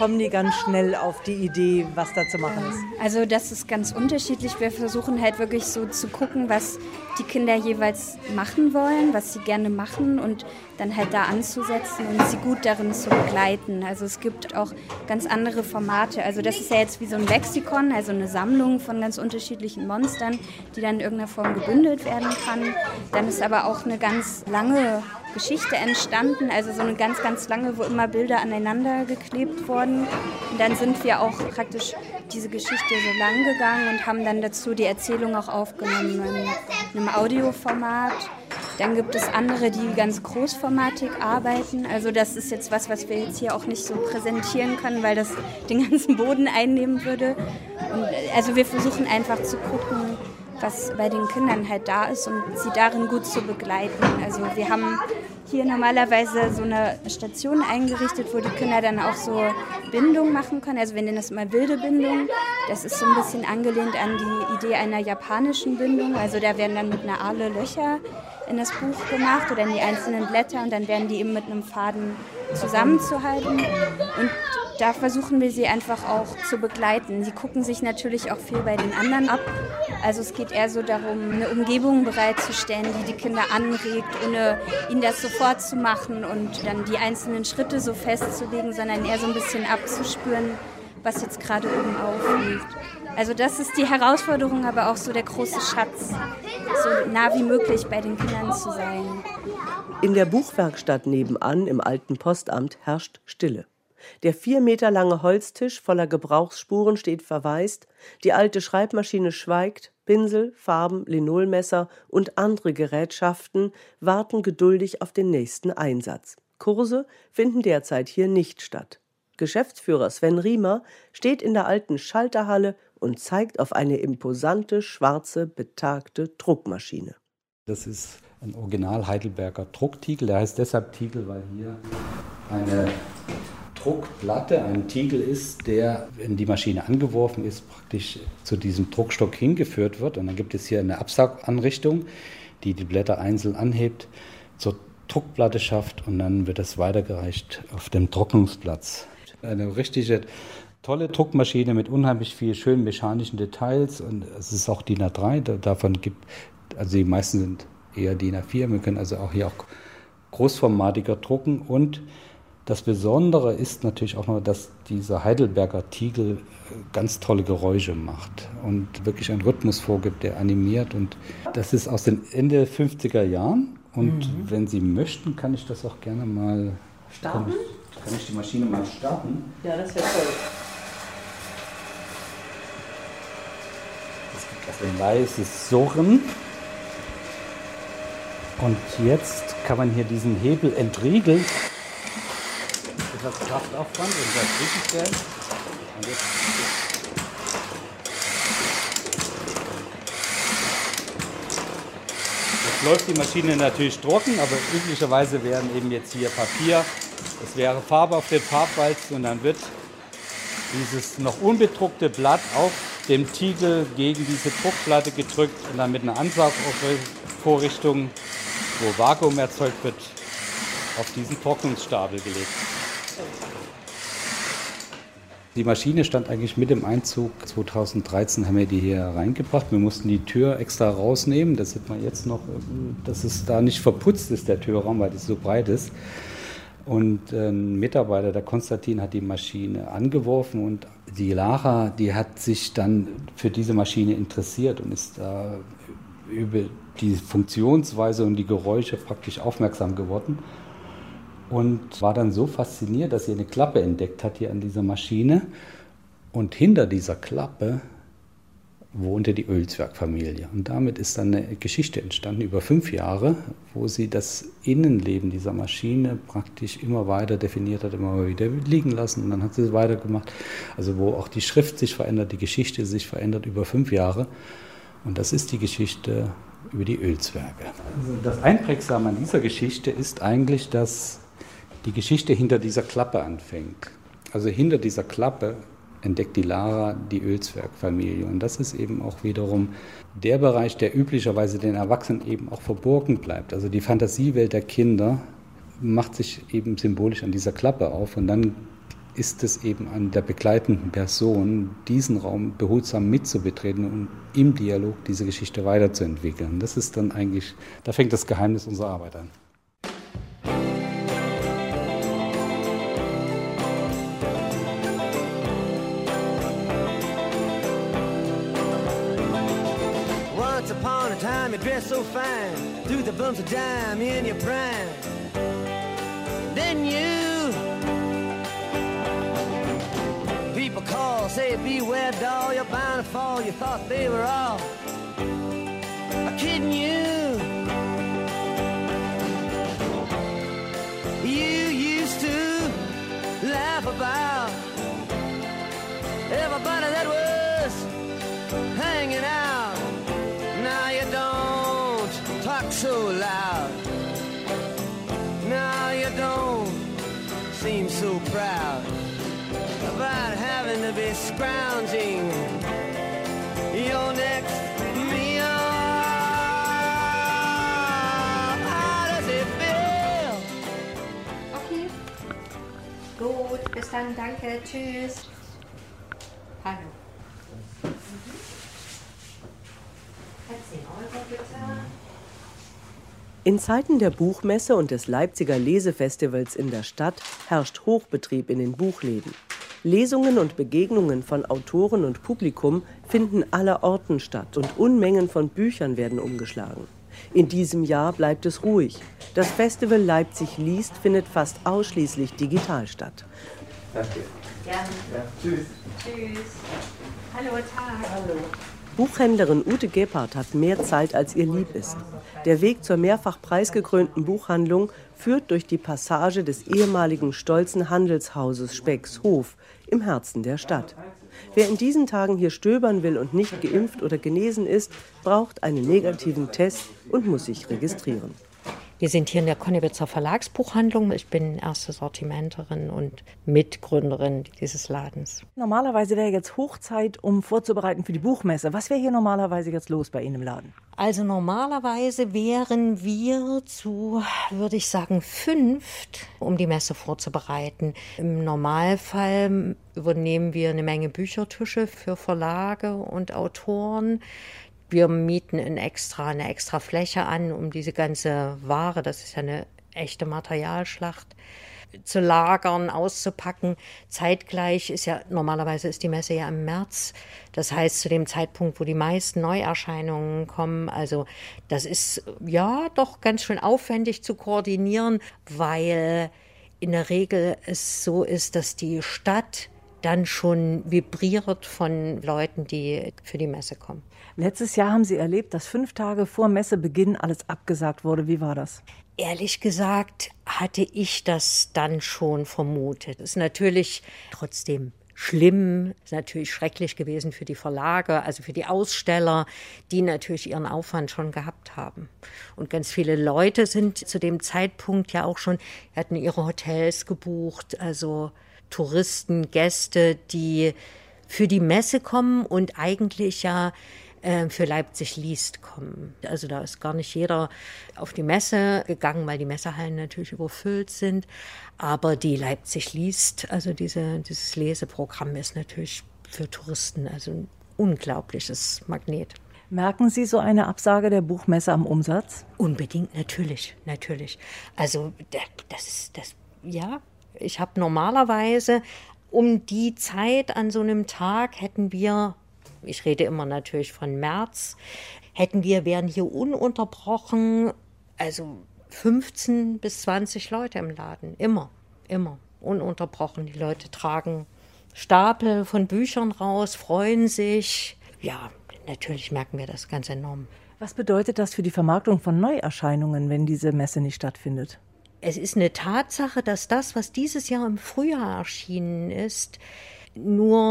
kommen die ganz schnell auf die Idee, was da zu machen ist? Also das ist ganz unterschiedlich. Wir versuchen halt wirklich so zu gucken, was die Kinder jeweils machen wollen, was sie gerne machen und dann halt da anzusetzen und sie gut darin zu begleiten. Also es gibt auch ganz andere Formate. Also das ist ja jetzt wie so ein Lexikon, also eine Sammlung von ganz unterschiedlichen Monstern, die dann in irgendeiner Form gebündelt werden kann. Dann ist aber auch eine ganz lange Geschichte entstanden, also so eine ganz, ganz lange, wo immer Bilder aneinander geklebt wurden. Und dann sind wir auch praktisch diese Geschichte so lang gegangen und haben dann dazu die Erzählung auch aufgenommen in einem Audioformat. Dann gibt es andere, die ganz großformatig arbeiten. Also das ist jetzt was, was wir jetzt hier auch nicht so präsentieren können, weil das den ganzen Boden einnehmen würde. Und also wir versuchen einfach zu gucken, was bei den Kindern halt da ist und sie darin gut zu begleiten. Also wir haben hier normalerweise so eine Station eingerichtet, wo die Kinder dann auch so Bindung machen können. Also wir nennen das immer wilde Bindung. Das ist so ein bisschen angelehnt an die Idee einer japanischen Bindung. Also da werden dann mit einer Ahle Löcher in das Buch gemacht oder in die einzelnen Blätter und dann werden die eben mit einem Faden zusammenzuhalten. Und da versuchen wir sie einfach auch zu begleiten. Sie gucken sich natürlich auch viel bei den anderen ab. Also es geht eher so darum, eine Umgebung bereitzustellen, die die Kinder anregt, ohne ihnen das sofort zu machen und dann die einzelnen Schritte so festzulegen, sondern eher so ein bisschen abzuspüren, was jetzt gerade oben aufliegt. Also das ist die Herausforderung, aber auch so der große Schatz, so nah wie möglich bei den Kindern zu sein. In der Buchwerkstatt nebenan im alten Postamt herrscht Stille. Der vier Meter lange Holztisch voller Gebrauchsspuren steht verwaist, die alte Schreibmaschine schweigt, Pinsel, Farben, Linolmesser und andere Gerätschaften warten geduldig auf den nächsten Einsatz. Kurse finden derzeit hier nicht statt. Geschäftsführer Sven Riemer steht in der alten Schalterhalle und zeigt auf eine imposante, schwarze, betagte Druckmaschine. Das ist ein Original Heidelberger Drucktiegel. Der heißt deshalb Tiegel, weil hier eine Druckplatte, ein Tiegel ist, der, wenn die Maschine angeworfen ist, praktisch zu diesem Druckstock hingeführt wird. Und dann gibt es hier eine Absauganrichtung, die die Blätter einzeln anhebt, zur Druckplatte schafft und dann wird das weitergereicht auf dem Trocknungsplatz. Eine richtige tolle Druckmaschine mit unheimlich viel schönen mechanischen Details und es ist auch D I N A drei, davon gibt, also die meisten sind eher D I N A vier, wir können also auch hier auch großformatiger drucken und das Besondere ist natürlich auch noch, dass dieser Heidelberger Tiegel ganz tolle Geräusche macht und wirklich einen Rhythmus vorgibt, der animiert. Und das ist aus den Ende fünfziger Jahren. Und mhm. wenn Sie möchten, kann ich das auch gerne mal starten. Kann ich, kann ich die Maschine mal starten? Ja, das wäre toll. Es gibt auch ein leises Surren. Und jetzt kann man hier diesen Hebel entriegeln. Etwas Kraftaufwand und das richtig werden. Und jetzt Jetzt läuft die Maschine natürlich trocken, aber üblicherweise wären eben jetzt hier Papier, es wäre Farbe auf den Farbwalzen und dann wird dieses noch unbedruckte Blatt auf dem Tiegel gegen diese Druckplatte gedrückt und dann mit einer Ansaugvorrichtung, wo Vakuum erzeugt wird, auf diesen Trocknungsstapel gelegt. Die Maschine stand eigentlich mit dem Einzug. zweitausenddreizehn haben wir die hier reingebracht. Wir mussten die Tür extra rausnehmen. Das sieht man jetzt noch, dass es da nicht verputzt ist, der Türraum, weil das so breit ist. Und ein Mitarbeiter, der Konstantin, hat die Maschine angeworfen und die Lara, die hat sich dann für diese Maschine interessiert und ist da über die Funktionsweise und die Geräusche praktisch aufmerksam geworden. Und war dann so fasziniert, dass sie eine Klappe entdeckt hat hier an dieser Maschine. Und hinter dieser Klappe wohnte die Oelzwerg-Familie. Und damit ist dann eine Geschichte entstanden über fünf Jahre, wo sie das Innenleben dieser Maschine praktisch immer weiter definiert hat, immer wieder liegen lassen. Und dann hat sie es weitergemacht. Also wo auch die Schrift sich verändert, die Geschichte sich verändert über fünf Jahre. Und das ist die Geschichte über die Oelzwerge. Also das Einprägsame an dieser Geschichte ist eigentlich, dass die Geschichte hinter dieser Klappe anfängt. Also hinter dieser Klappe entdeckt die Lara die Oelzwerg-Familie. Und das ist eben auch wiederum der Bereich, der üblicherweise den Erwachsenen eben auch verborgen bleibt. Also die Fantasiewelt der Kinder macht sich eben symbolisch an dieser Klappe auf. Und dann ist es eben an der begleitenden Person, diesen Raum behutsam mitzubetreten und im Dialog diese Geschichte weiterzuentwickeln. Das ist dann eigentlich, da fängt das Geheimnis unserer Arbeit an. Once upon a time you dressed so fine, threw the bumps of dime in your prime. Then you people call, say beware doll, you're bound to fall. You thought they were all kidding you. You used to laugh about everybody that was hanging out. Now you don't talk so loud. Now you don't seem so proud about having to be scrounging your next meal. How does it feel? Okay. Gut, bis dann, danke, tschüss. Hallo. zehn Euro bitte. In Zeiten der Buchmesse und des Leipziger Lesefestivals in der Stadt herrscht Hochbetrieb in den Buchläden. Lesungen und Begegnungen von Autoren und Publikum finden allerorten statt und Unmengen von Büchern werden umgeschlagen. In diesem Jahr bleibt es ruhig. Das Festival Leipzig liest findet fast ausschließlich digital statt. Danke. Gerne. Ja, tschüss. Tschüss. Hallo, Tag. Hallo. Buchhändlerin Ute Gebhardt hat mehr Zeit, als ihr lieb ist. Der Weg zur mehrfach preisgekrönten Buchhandlung führt durch die Passage des ehemaligen stolzen Handelshauses Spexhof im Herzen der Stadt. Wer in diesen Tagen hier stöbern will und nicht geimpft oder genesen ist, braucht einen negativen Test und muss sich registrieren. Wir sind hier in der Konnewitzer Verlagsbuchhandlung. Ich bin erste Sortimenterin und Mitgründerin dieses Ladens. Normalerweise wäre jetzt Hochzeit, um vorzubereiten für die Buchmesse. Was wäre hier normalerweise jetzt los bei Ihnen im Laden? Also normalerweise wären wir zu, würde ich sagen, fünft, um die Messe vorzubereiten. Im Normalfall übernehmen wir eine Menge Büchertische für Verlage und Autoren. Wir mieten ein extra, eine extra Fläche an, um diese ganze Ware, das ist ja eine echte Materialschlacht, zu lagern, auszupacken. Zeitgleich ist ja, normalerweise ist die Messe ja im März. Das heißt, zu dem Zeitpunkt, wo die meisten Neuerscheinungen kommen. Also das ist ja doch ganz schön aufwendig zu koordinieren, weil in der Regel es so ist, dass die Stadt dann schon vibriert von Leuten, die für die Messe kommen. Letztes Jahr haben Sie erlebt, dass fünf Tage vor Messebeginn alles abgesagt wurde. Wie war das? Ehrlich gesagt hatte ich das dann schon vermutet. Es ist natürlich trotzdem schlimm, ist natürlich schrecklich gewesen für die Verlage, also für die Aussteller, die natürlich ihren Aufwand schon gehabt haben. Und ganz viele Leute sind zu dem Zeitpunkt ja auch schon, hatten ihre Hotels gebucht, also Touristen, Gäste, die für die Messe kommen und eigentlich ja äh, für Leipzig liest kommen. Also da ist gar nicht jeder auf die Messe gegangen, weil die Messehallen natürlich überfüllt sind. Aber die Leipzig liest, also diese, dieses Leseprogramm ist natürlich für Touristen also ein unglaubliches Magnet. Merken Sie so eine Absage der Buchmesse am Umsatz? Unbedingt, natürlich, natürlich. Also das ist das, ja. Ich habe normalerweise um die Zeit an so einem Tag hätten wir, ich rede immer natürlich von März, hätten wir, wären hier ununterbrochen, also fünfzehn bis zwanzig Leute im Laden, immer, immer, ununterbrochen. Die Leute tragen Stapel von Büchern raus, freuen sich. Ja, natürlich merken wir das ganz enorm. Was bedeutet das für die Vermarktung von Neuerscheinungen, wenn diese Messe nicht stattfindet? Es ist eine Tatsache, dass das, was dieses Jahr im Frühjahr erschienen ist, nur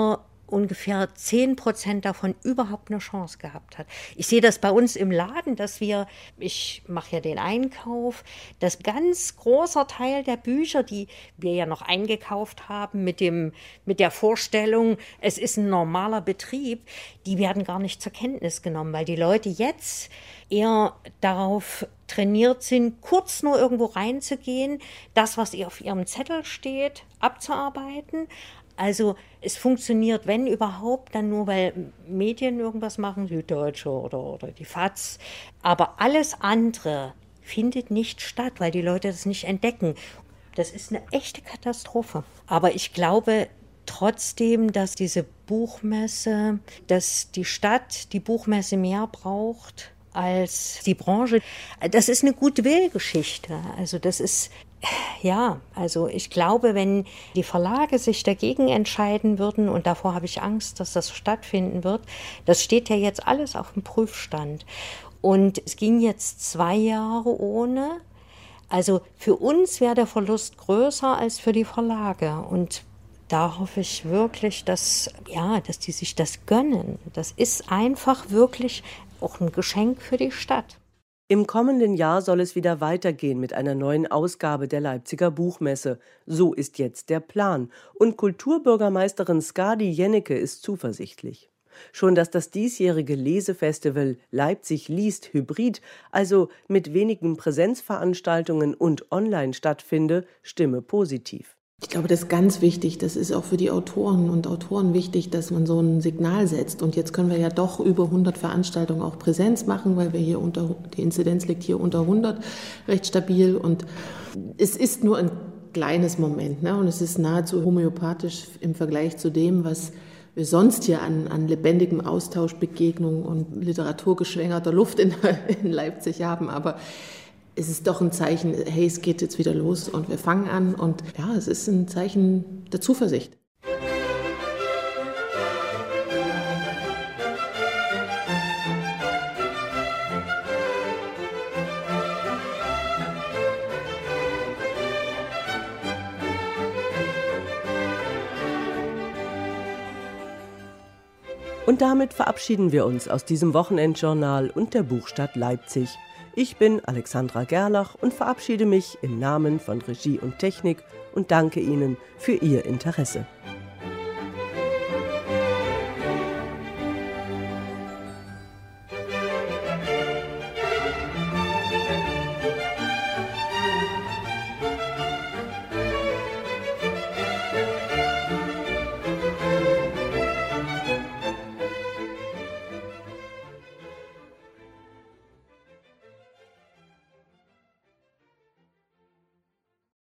ungefähr zehn Prozent davon überhaupt eine Chance gehabt hat. Ich sehe das bei uns im Laden, dass wir, ich mache ja den Einkauf, dass ganz großer Teil der Bücher, die wir ja noch eingekauft haben mit dem, mit der Vorstellung, es ist ein normaler Betrieb, die werden gar nicht zur Kenntnis genommen, weil die Leute jetzt eher darauf trainiert sind, kurz nur irgendwo reinzugehen, das, was auf ihrem Zettel steht, abzuarbeiten. Also es funktioniert, wenn überhaupt, dann nur, weil Medien irgendwas machen, Süddeutsche oder, oder die F A Z. Aber alles andere findet nicht statt, weil die Leute das nicht entdecken. Das ist eine echte Katastrophe. Aber ich glaube trotzdem, dass diese Buchmesse, dass die Stadt die Buchmesse mehr braucht als die Branche. Das ist eine Goodwill-Geschichte. Also das ist... Ja, also ich glaube, wenn die Verlage sich dagegen entscheiden würden, und davor habe ich Angst, dass das stattfinden wird, das steht ja jetzt alles auf dem Prüfstand. Und es ging jetzt zwei Jahre ohne. Also für uns wäre der Verlust größer als für die Verlage. Und da hoffe ich wirklich, dass, ja, dass die sich das gönnen. Das ist einfach wirklich auch ein Geschenk für die Stadt. Im kommenden Jahr soll es wieder weitergehen mit einer neuen Ausgabe der Leipziger Buchmesse. So ist jetzt der Plan. Und Kulturbürgermeisterin Skadi Jennecke ist zuversichtlich. Schon dass das diesjährige Lesefestival Leipzig liest Hybrid, also mit wenigen Präsenzveranstaltungen und online stattfinde, stimme positiv. Ich glaube, das ist ganz wichtig. Das ist auch für die Autoren und Autoren wichtig, dass man so ein Signal setzt. Und jetzt können wir ja doch über hundert Veranstaltungen auch Präsenz machen, weil wir hier unter, die Inzidenz liegt hier unter hundert, recht stabil. Und es ist nur ein kleines Moment, ne? Und es ist nahezu homöopathisch im Vergleich zu dem, was wir sonst hier an, an lebendigem Austausch, Begegnung und literaturgeschwängerter Luft in, in Leipzig haben. Aber es ist doch ein Zeichen, hey, es geht jetzt wieder los und wir fangen an. Und ja, es ist ein Zeichen der Zuversicht. Und damit verabschieden wir uns aus diesem Wochenendjournal und der Buchstadt Leipzig. Ich bin Alexandra Gerlach und verabschiede mich im Namen von Regie und Technik und danke Ihnen für Ihr Interesse.